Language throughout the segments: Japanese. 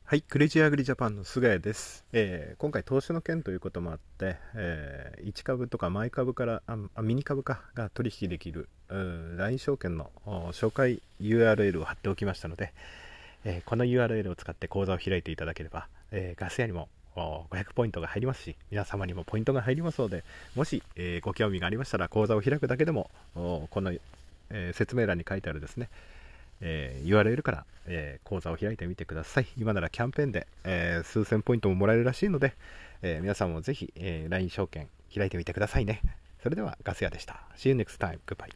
はい、クレイジーアグリジャパンの菅谷です。今回投資の件ということもあって、1株とかマイ株からミニ株価が取引できるLINE 証券の紹介 URL を貼っておきましたので、この URL を使って口座を開いていただければ、ガス屋にも500ポイントが入りますし、皆様にもポイントが入りますので、もし、ご興味がありましたら口座を開くだけでもこの、説明欄に書いてあるですねURL から、口座を開いてみてください。今ならキャンペーンで、数千ポイントももらえるらしいので、皆さんもぜひ、LINE 証券開いてみてくださいね。それではガス屋でした。See you next time. Goodbye.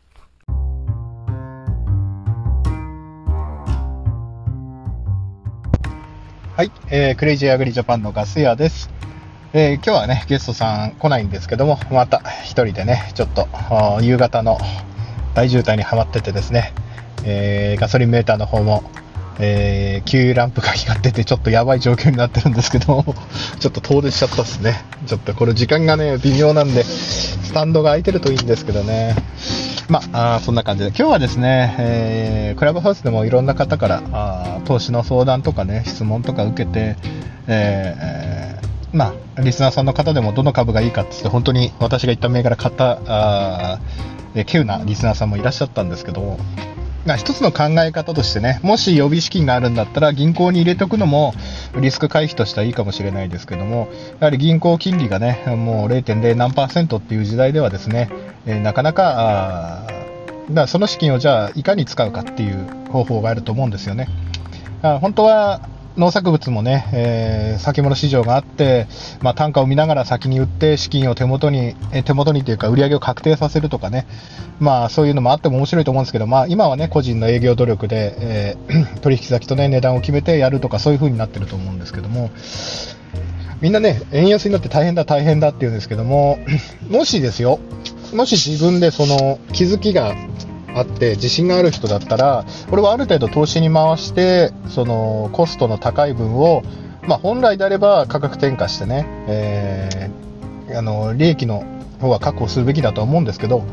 はい、クレイジーアグリジャパンのガス屋です。今日はねゲストさん来ないんですけども、また一人でねちょっと夕方の大渋滞にはまっててですね、ガソリンメーターの方も、給ランプが光っててちょっとやばい状況になってるんですけどちょっと遠出しちゃったっすね。ちょっとこれ時間がね微妙なんでスタンドが空いてるといいんですけどね。そんな感じで今日はですね、クラブハウスでもいろんな方から投資の相談とかね質問とか受けて、リスナーさんの方でもどの株がいいかって言って本当に私が言った銘柄買った稀有なリスナーさんもいらっしゃったんですけど、一つの考え方としてね、もし予備資金があるんだったら銀行に入れておくのもリスク回避としてはいいかもしれないですけども、やはり銀行金利がねもう 0.0 何%っていう時代ではですね、なかなかその資金をじゃあいかに使うかっていう方法があると思うんですよね。本当は農作物もね、先物市場があって、単価を見ながら先に売って資金を手元にというか売り上げを確定させるとかね、そういうのもあっても面白いと思うんですけど、今はね個人の営業努力で、取引先とね値段を決めてやるとかそういう風になってると思うんですけども、みんなね円安になって大変だって言うんですけどももし自分でその気づきがあって自信がある人だったら、これはある程度投資に回してそのコストの高い分を、本来であれば価格転嫁してね、利益の方は確保するべきだとは思うんですけど、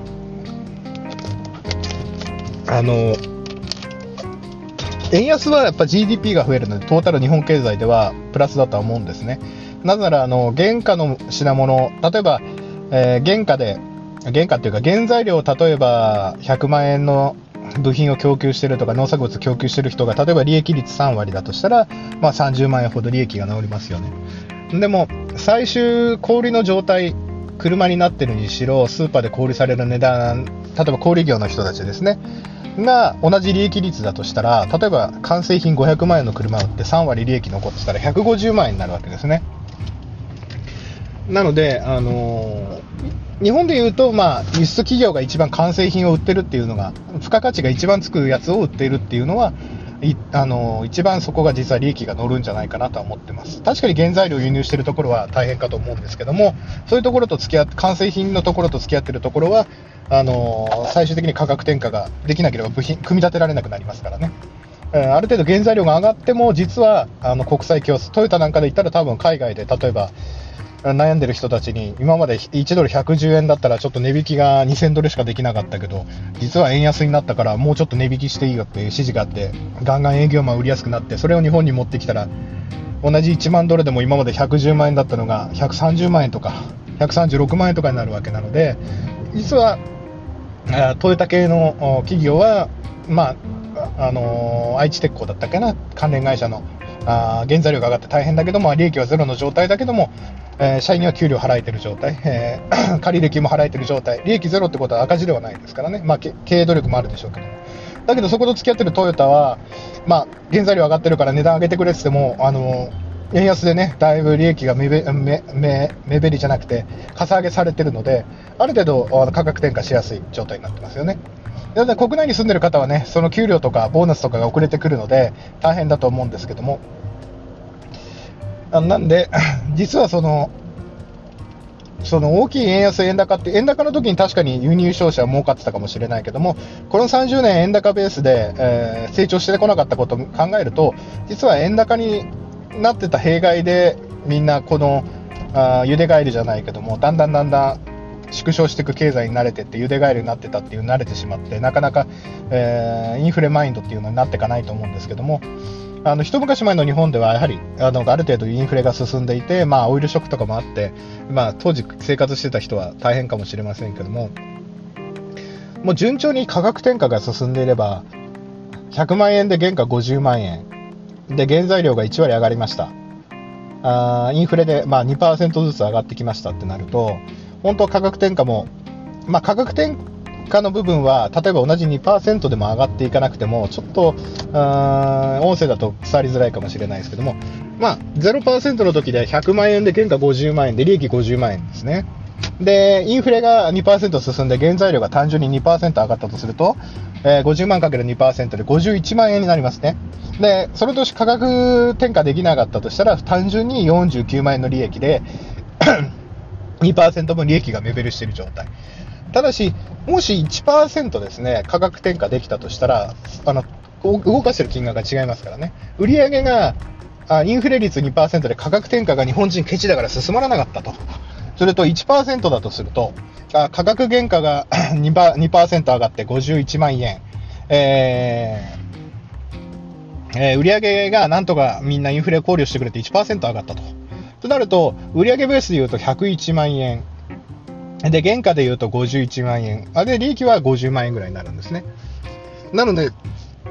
円安はやっぱ GDP が増えるのでトータル日本経済ではプラスだとは思うんですね。なぜなら原価の品物、例えば、原価っていうか原材料を例えば100万円の部品を供給しているとか農作物を供給している人が例えば利益率3割だとしたら、30万円ほど利益が乗りますよね。でも最終小売の状態、車になってるにしろスーパーで小売される値段、例えば小売業の人たちですねが同じ利益率だとしたら、例えば完成品500万円の車を売って3割利益残ってたら150万円になるわけですね。なので日本でいうと、輸出企業が一番完成品を売ってるっていうのが、付加価値が一番つくやつを売っているっていうのは、一番そこが実は利益が乗るんじゃないかなとは思ってます。確かに原材料を輸入しているところは大変かと思うんですけども、そういうところと完成品のところと付き合っているところは、最終的に価格転嫁ができなければ部品組み立てられなくなりますからね。ある程度原材料が上がっても、実は国際競争、トヨタなんかで言ったら多分海外で例えば悩んでる人たちに今まで1ドル110円だったらちょっと値引きが2000ドルしかできなかったけど、実は円安になったからもうちょっと値引きしていいよっていう指示があって、ガンガン営業マン売りやすくなって、それを日本に持ってきたら同じ1万ドルでも今まで110万円だったのが130万円とか136万円とかになるわけなので、実はトヨタ系の企業は愛知鉄工だったっけな、関連会社の原材料が上がって大変だけども利益はゼロの状態だけども、社員には給料払えてる状態、借入金も払えてる状態、利益ゼロってことは赤字ではないですからね。経営努力もあるでしょうけども、だけどそこと付き合ってるトヨタは、原材料上がってるから値段上げてくれって言っても円安でねだいぶ利益が目減りじゃなくてかさ上げされてるので、ある程度価格転嫁しやすい状態になってますよね。だから国内に住んでる方はねその給料とかボーナスとかが遅れてくるので大変だと思うんですけども、なんで実はその大きい円安円高って、円高の時に確かに輸入商社は儲かってたかもしれないけども、この30年円高ベースで、成長してこなかったことを考えると、実は円高になってた弊害でみんなこの茹でガエルじゃないけどもだんだん縮小していく経済に慣れてって茹でガエルになってたっていう慣れてしまって、なかなか、インフレマインドっていうのになっていかないと思うんですけども、 一昔前の日本ではやはりある程度インフレが進んでいて、オイルショックとかもあって、当時生活してた人は大変かもしれませんけども、もう順調に価格転嫁が進んでいれば100万円で原価50万円で原材料が1割上がりました、インフレで2% ずつ上がってきましたってなると、本当価格転嫁も、価格転嫁の部分は例えば同じ 2% でも上がっていかなくてもちょっと音声だと伝わりづらいかもしれないですけども、0% の時で100万円で原価50万円で利益50万円ですね。でインフレが 2% 進んで原材料が単純に 2% 上がったとすると、50万 ×2% で51万円になりますね。でその年価格転嫁できなかったとしたら単純に49万円の利益で2% 分利益が目減りしている状態。ただしもし 1% ですね価格転嫁できたとしたら動かしている金額が違いますからね。売上がインフレ率 2% で価格転嫁が日本人ケチだから進まなかったとすると 1% だとすると価格原価が 2% 上がって51万円、売上がなんとかみんなインフレ考慮してくれて 1% 上がったとなると、売上ベースでいうと101万円で原価でいうと51万円で利益は50万円ぐらいになるんですね。なので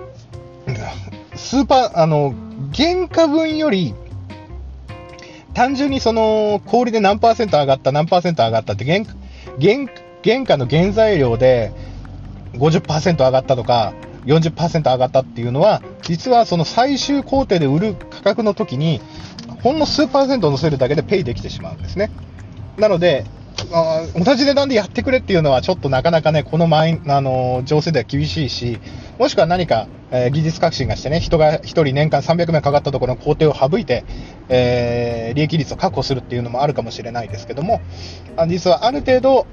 原価分より単純にその小売で何%上がった何%上がったって原価の原材料で 50% 上がったとか 40% 上がったっていうのは、実はその最終工程で売る価格の時にほんの数%乗せるだけでペイできてしまうんですね。なので同じ値段でやってくれっていうのはちょっとなかなかね、この情勢では厳しいし、もしくは何か、技術革新がしてね、人が1人年間300名かかったところの工程を省いて、利益率を確保するっていうのもあるかもしれないですけども、実はある程度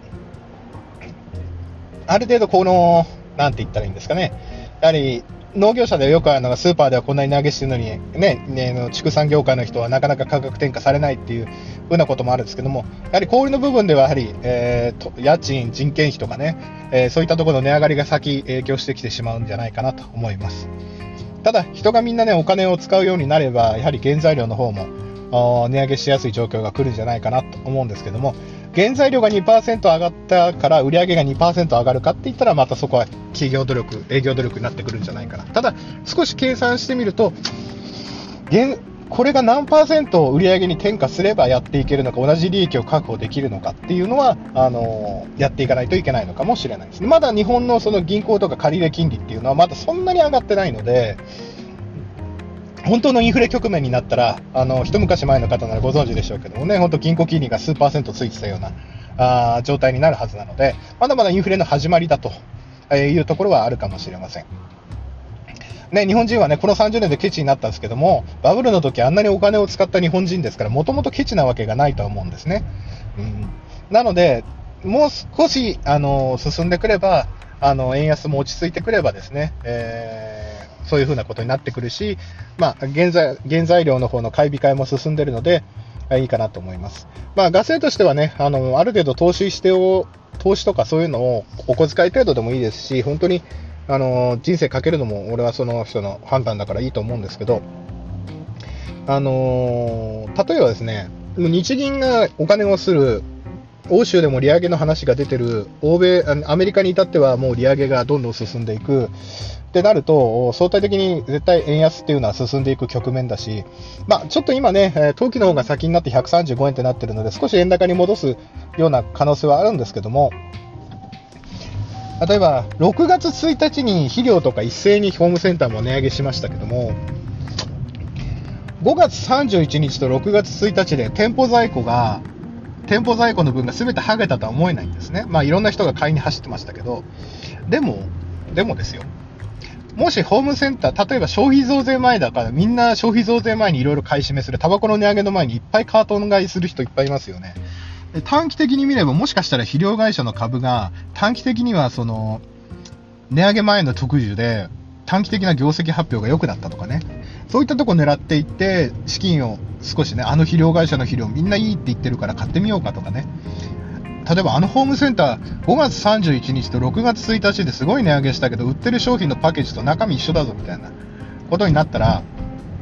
このなんて言ったらいいんですかね、やはり農業者でよくあるのがスーパーではこんなに値上げしてるのに、畜産業界の人はなかなか価格転嫁されないっていうふうなこともあるんですけども、やはり小売の部分ではやはり、家賃、人件費とかね、そういったところの値上がりが先影響してきてしまうんじゃないかなと思います。ただ人がみんなねお金を使うようになれば、やはり原材料の方も値上げしやすい状況が来るんじゃないかなと思うんですけども、原材料が 2% 上がったから売上が 2% 上がるかって言ったら、またそこは営業努力になってくるんじゃないかな。ただ少し計算してみると、これが何%売上に転嫁すればやっていけるのか、同じ利益を確保できるのかっていうのはやっていかないといけないのかもしれないですね。まだ日本のその銀行とか借入金利っていうのはまだそんなに上がってないので、本当のインフレ局面になったら、一昔前の方ならご存知でしょうけどもね、本当銀行金利が数%ついてたような状態になるはずなので、まだまだインフレの始まりだというところはあるかもしれません。日本人はね、この30年でケチになったんですけども、バブルの時あんなにお金を使った日本人ですから、もともとケチなわけがないとは思うんですね。なので、もう少し進んでくれば、円安も落ち着いてくればですね、そういう風なことになってくるし、原材料の方の買い控えも進んでいるので、いいかなと思います。学生としてはね、ある程度投資とかそういうのをお小遣い程度でもいいですし、本当に人生かけるのも俺はその人の判断だからいいと思うんですけど、例えばですね、日銀がお金をする欧州でも利上げの話が出てるアメリカに至ってはもう利上げがどんどん進んでいくってなると、相対的に絶対円安っていうのは進んでいく局面だし、ちょっと今ね、当期の方が先になって135円ってなってるので、少し円高に戻すような可能性はあるんですけども、例えば6月1日に肥料とか一斉にホームセンターも値上げしましたけども、5月31日と6月1日で店舗在庫の分が全て剥げたとは思えないんですね。いろんな人が買いに走ってましたけど、でもですよ、もしホームセンター、例えば消費増税前だから、みんな消費増税前にいろいろ買い占めする、タバコの値上げの前にいっぱいカートン買いする人いっぱいいますよね。短期的に見れば、もしかしたら肥料会社の株が短期的にはその値上げ前の特需で短期的な業績発表が良くなったとかね、そういったところを狙っていって資金を少しね、肥料会社の肥料みんないいって言ってるから買ってみようかとかね、例えばホームセンター5月31日と6月1日ですごい値上げしたけど、売ってる商品のパッケージと中身一緒だぞみたいなことになったら、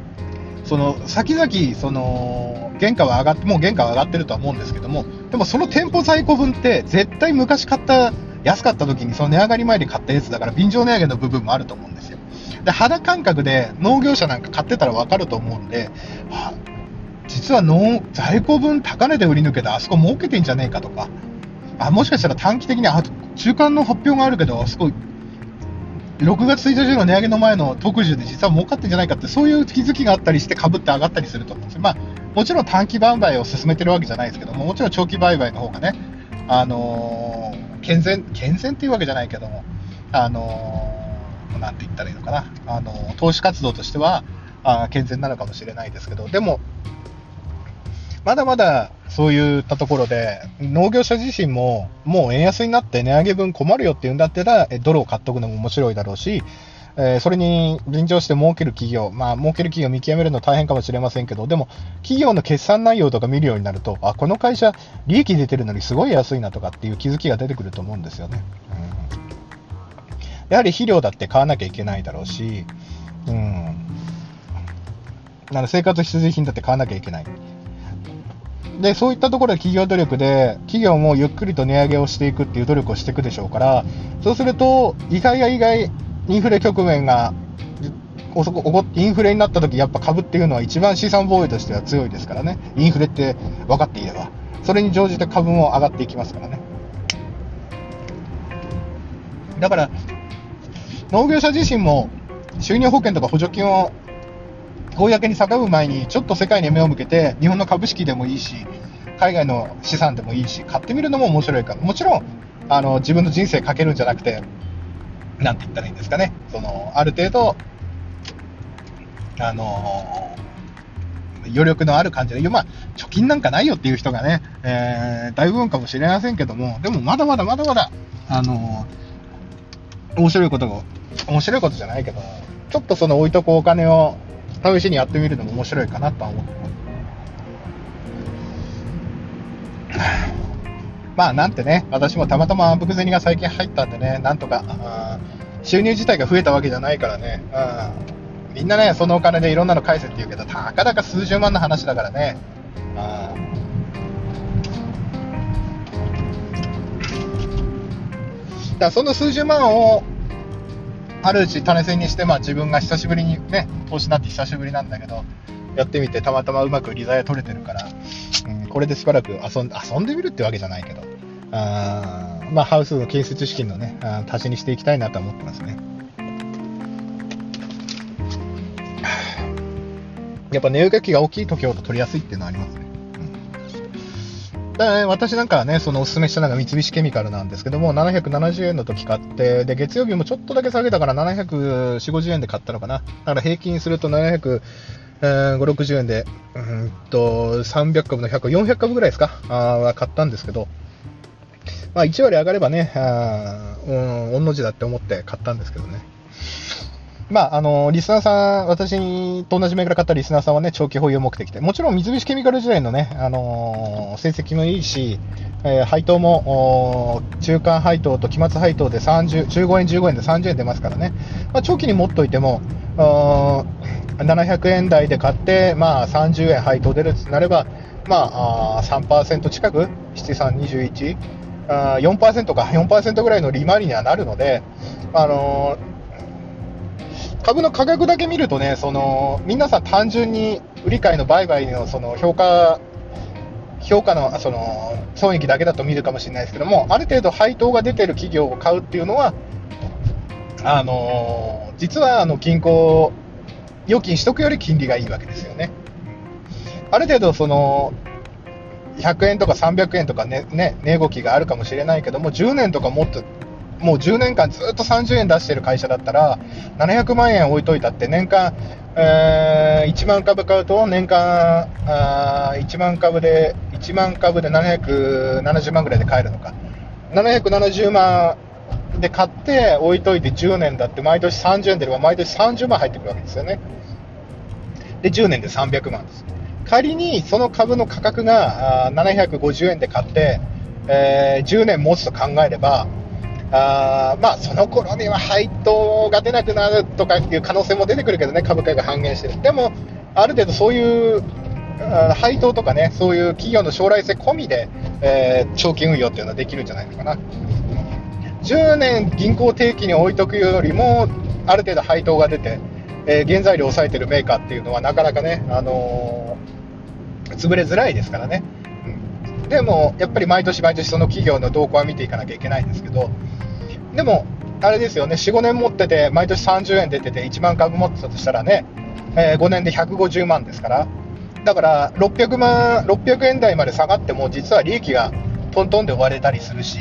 その先々その原価は上がってもう原価は上がってるとは思うんですけども、でもその店舗在庫分って絶対昔買った安かった時にその値上がり前に買ったやつだから便乗値上げの部分もあると思うんですよ。で肌感覚で農業者なんか買ってたら分かると思うんで、実は在庫分高値で売り抜けてあそこ儲けてんじゃねえかとか、もしかしたら短期的に中間の発表があるけどあそこ6月1日の値上げの前の特需で実は儲かってんじゃないかって、そういう気づきがあったりして株って上がったりすると思うんですよ。もちろん短期売買を進めてるわけじゃないですけども、もちろん長期売買の方がね、健全っていうわけじゃないけども、なんて言ったらいいのかな、投資活動としては健全なのかもしれないですけど、でもまだまだそういったところで農業者自身ももう円安になって値上げ分困るよっていうんだったらドルを買っとくのも面白いだろうし、それに便乗して儲ける企業、儲ける企業を見極めるの大変かもしれませんけど、でも企業の決算内容とか見るようになると、この会社利益出てるのにすごい安いなとかっていう気づきが出てくると思うんですよね。やはり肥料だって買わなきゃいけないだろうし、生活必需品だって買わなきゃいけない。でそういったところで企業努力で企業もゆっくりと値上げをしていくっていう努力をしていくでしょうから、そうすると意外インフレ局面がインフレになった時、やっぱ株っていうのは一番資産防衛としては強いですからね。インフレって分かっていればそれに乗じて株も上がっていきますからね。だから農業者自身も収入保険とか補助金を公に叫ぶ前にちょっと世界に目を向けて、日本の株式でもいいし海外の資産でもいいし買ってみるのも面白いから、もちろん自分の人生かけるんじゃなくて、なんて言ったらいいんですかね、ある程度余力のある感じで、貯金なんかないよっていう人がね、大部分かもしれませんけども、でもまだまだ面白いことじゃないけど、ちょっと置いとくお金を試しにやってみるのも面白いかなとは思ってます。なんてね、私もたまたま暗伏銭が最近入ったんでね、なんとか収入自体が増えたわけじゃないからね、みんなねそのお金でいろんなの返せって言うけど、たかだか数十万の話だからね。だからその数十万をあるうち種銭にして、自分が久しぶりにね、投資になって久しぶりなんだけどやってみて、たまたまうまく利ざや取れてるから、これでしばらく遊んでみるってわけじゃないけど、ハウスの建設資金のね足しにしていきたいなと思ってますね。やっぱ値動きが大きい時ほど取りやすいっていうのはありますね。だからね、私なんかはね、おすすめしたのが三菱ケミカルなんですけども、770円の時買って、で月曜日もちょっとだけ下げたから740、50円で買ったのかな。だから平均すると750、60円で300株の100、400株ぐらいですかは買ったんですけど、1割上がればね、御の字だって思って買ったんですけどね。リスナーさん、私と同じ銘柄買ったリスナーさんはね、長期保有目的で、もちろん三菱ケミカル時代のね、成績もいいし、配当も中間配当と期末配当で15円15円で30円出ますからね、長期に持っといても700円台で買って、30円配当出るとなれば、3% 近く、7321、4% か 4% ぐらいの利回りにはなるので、株の価格だけ見るとね、皆さん単純に売り買いの売買の評価の損益だけだと見るかもしれないですけども、ある程度配当が出ている企業を買うっていうのは実は銀行預金しとくより金利がいいわけですよね。ある程度100円とか300円とか値動きがあるかもしれないけども、10年とかもう10年間ずっと30円出してる会社だったら700万円置いといたって年間、1万株買うと年間1万株で770万ぐらいで買えるのか、770万で買って置いといて10年だって毎年30円出れば毎年30万入ってくるわけですよね。で10年で300万です。仮にその株の価格が750円で買って、10年持つと考えれば、その頃には配当が出なくなるとかいう可能性も出てくるけどね、株価が半減してる。でもある程度そういう配当とかね、そういう企業の将来性込みで、長期運用っていうのはできるんじゃないのかな。10年銀行定期に置いとくよりもある程度配当が出て、原材料を抑えてるメーカーっていうのはなかなかね、潰れづらいですからね、でもやっぱり毎年毎年その企業の動向は見ていかなきゃいけないんですけど、でもあれですよね、4、5年持ってて毎年30円出てて1万株持ってたとしたらね、5年で150万ですから、だから600円台まで下がっても実は利益がトントンで終われたりするし、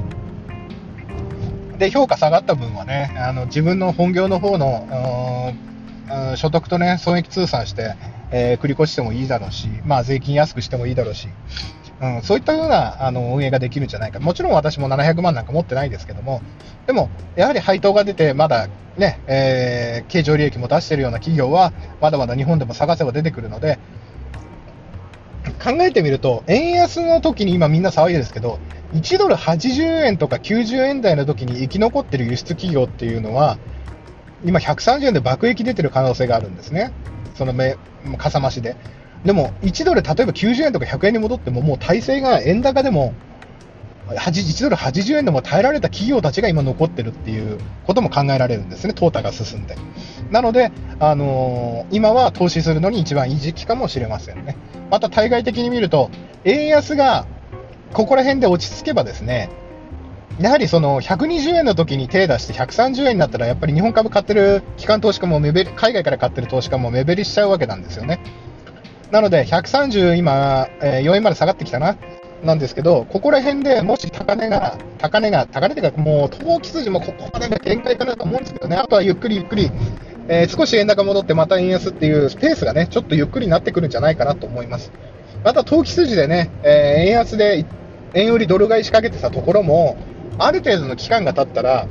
で評価下がった分はね、自分の本業の方の所得とね損益通算して、繰り越してもいいだろうし、税金安くしてもいいだろうし、そういったような運営ができるんじゃないか。もちろん私も700万なんか持ってないですけども、でもやはり配当が出てまだね、経常利益も出しているような企業はまだまだ日本でも探せば出てくるので、考えてみると円安の時に今みんな騒いでるんですけど、1ドル80円とか90円台の時に生き残っている輸出企業っていうのは今130円で爆益出てる可能性があるんですね、そのかさ増しで。でも1ドル例えば90円とか100円に戻っても、もう体制が円高でも1ドル80円でも耐えられた企業たちが今残ってるっていうことも考えられるんですね、淘汰が進んで。なので、今は投資するのに一番いい時期かもしれませんね。また対外的に見ると円安がここら辺で落ち着けばですね、やはりその120円の時に手出して130円になったら、やっぱり日本株買ってる機関投資家も海外から買ってる投資家も目減りしちゃうわけなんですよね。なので130今、4円まで下がってきたなんですけど、ここら辺でもし高値というか、もう投機筋もここまでが限界かなと思うんですけどね。あとはゆっくり、少し円高戻ってまた円安っていうペースがねちょっとゆっくりになってくるんじゃないかなと思います。また投機筋でね、円安で円売りドル買い仕掛けてたところもある程度の期間が経ったら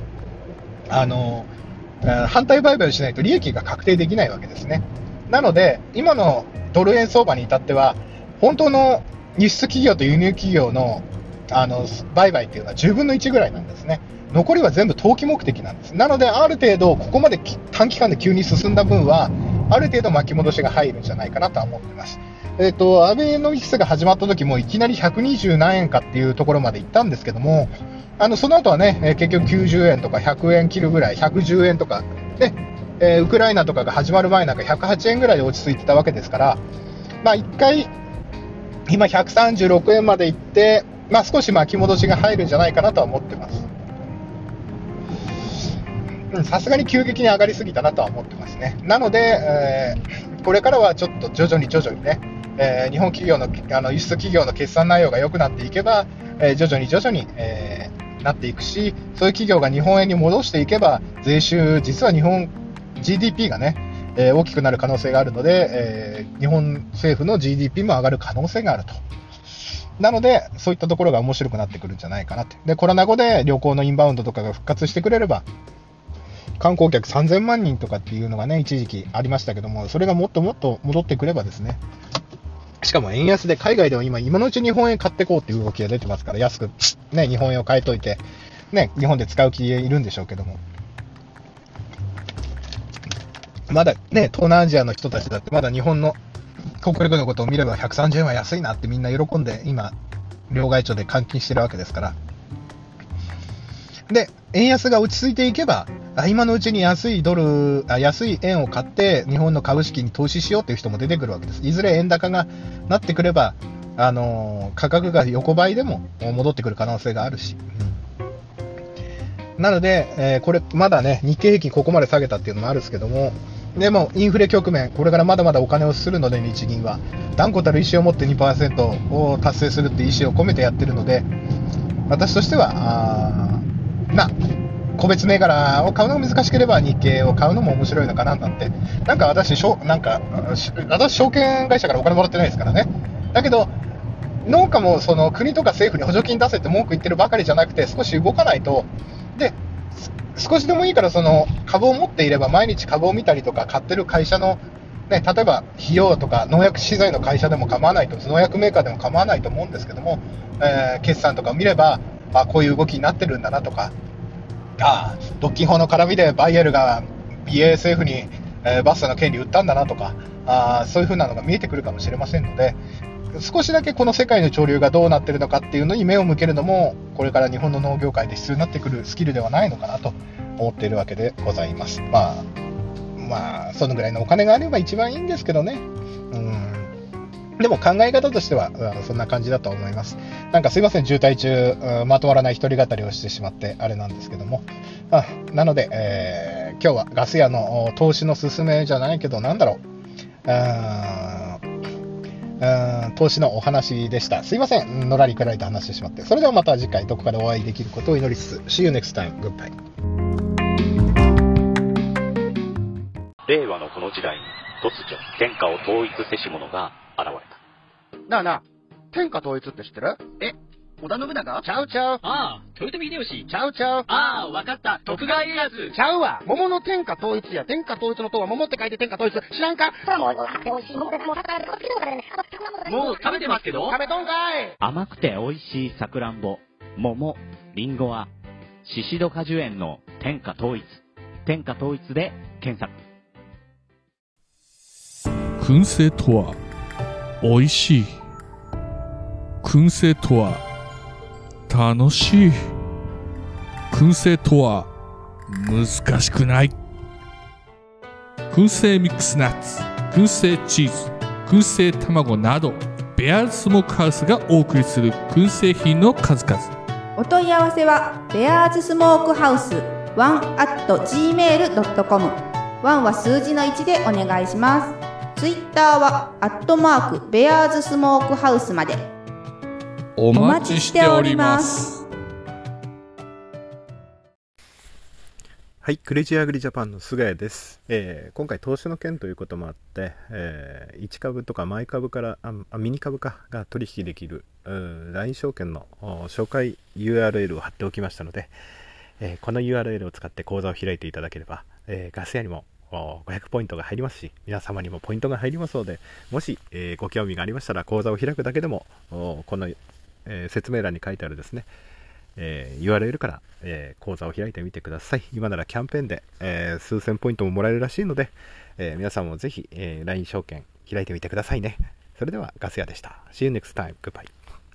反対売買をしないと利益が確定できないわけですね。なので今のドル円相場に至っては本当の輸出企業と輸入企業の売買っていうのは10分の1ぐらいなんですね。残りは全部投機目的なんです。なのである程度ここまで短期間で急に進んだ分はある程度巻き戻しが入るんじゃないかなとは思っています。アベノミクスが始まった時もいきなり120何円かっていうところまで行ったんですけども、その後はね、結局90円とか100円切るぐらい、110円とかで、ウクライナとかが始まる前なんか108円ぐらいで落ち着いてたわけですから、1回今136円まで行って、少し巻き戻しが入るんじゃないかなとは思ってます。さすがに急激に上がりすぎたなとは思ってますね。なので、これからはちょっと徐々にね、日本企業の輸出企業の決算内容が良くなっていけば、徐々に、なっていくし、そういう企業が日本円に戻していけば税収、実は日本 GDP がね、大きくなる可能性があるので、日本政府の GDP も上がる可能性があると。なのでそういったところが面白くなってくるんじゃないかなって。でコロナ後で旅行のインバウンドとかが復活してくれれば、観光客3000万人とかっていうのがね一時期ありましたけども、それがもっともっと戻ってくればですね、しかも円安で海外では今のうち日本円買ってこうっていう動きが出てますから、安くね日本円を買いといてね、日本で使う気いるんでしょうけども、まだね東南アジアの人たちだってまだ日本の国力のことを見れば130円は安いなってみんな喜んで今両替庁で換金してるわけですから。で円安が落ち着いていけば、今のうちに安い円を買って日本の株式に投資しようという人も出てくるわけです。いずれ円高がなってくれば、価格が横ばいでも戻ってくる可能性があるし、なので、これまだね日経平均ここまで下げたっていうのもあるんですけども、でもインフレ局面、これからまだまだお金をするので、日銀は断固たる意思を持って 2% を達成するっていう意思を込めてやってるので、私としては個別銘柄を買うのが難しければ日経を買うのも面白いのかななんて。私証券会社からお金もらってないですからね。だけど農家もその国とか政府に補助金出せって文句言ってるばかりじゃなくて、少し動かないと。で少しでもいいからその株を持っていれば、毎日株を見たりとか買ってる会社の、例えば費用とか農薬資材の会社でも構わないと、農薬メーカーでも構わないと思うんですけども、決算とかを見ればこういう動きになってるんだなとか、独禁法の絡みでバイエルが BASF に、バスタの権利売ったんだなとか、 そういう風なのが見えてくるかもしれませんので、少しだけこの世界の潮流がどうなっているのかっていうのに目を向けるのも、これから日本の農業界で必要になってくるスキルではないのかなと思っているわけでございます。そのぐらいのお金があれば一番いいんですけどね。でも考え方としてはそんな感じだと思います。なんかすいません、渋滞中まとまらない一人語りをしてしまってあれなんですけども、なので、今日はガス屋の投資の勧めじゃないけど、なんだろう、投資のお話でした。すいません、のらりくらりと話してしまって。それではまた次回どこかでお会いできることを祈りつつ、See you next time. Goodbye. 令和のこの時代に突如天下を統一せし者が現れた。 なあなあ、天下統一って知ってる？ 織田信長？ ちゃうちゃう。 ああ、豊臣秀吉。 ちゃうちゃう。 ああ、わかった。徳川家康。 ちゃうわ。桃の天下統一や。天下統一の塔は桃って書いて天下統一。知らんか？ もう食べてますけど。 食べとんかい。 甘くて美味しいさくらんぼ、桃、りんごは、シシド果樹園の天下統一。天下統一で検索。 燻製とは美味しい。燻製とは楽しい。燻製とは難しくない。燻製ミックスナッツ、燻製チーズ、燻製卵など、ベアーズスモークハウスがお送りする燻製品の数々。 お問い合わせはベアーズスモークハウス 1@gmail.com。 1は数字の1でお願いします。ツイッターは@ベアーズスモークハウスまで。 お待ちしております。 はい、クレイジーアグリジャパンの菅谷です。今回投資の件ということもあって、1株とかマイ株からミニ株が取引できるLINE 証券の紹介 URL を貼っておきましたので、この URL を使って口座を開いていただければ、ガス屋にも500ポイントが入りますし、皆様にもポイントが入りますので、もし、ご興味がありましたら口座を開くだけでもこの、説明欄に書いてあるですね、URL から、口座を開いてみてください。今ならキャンペーンで、数千ポイントももらえるらしいので、皆さんもぜひ、LINE 証券開いてみてくださいね。それではガス屋でした。See you next time. Goodbye.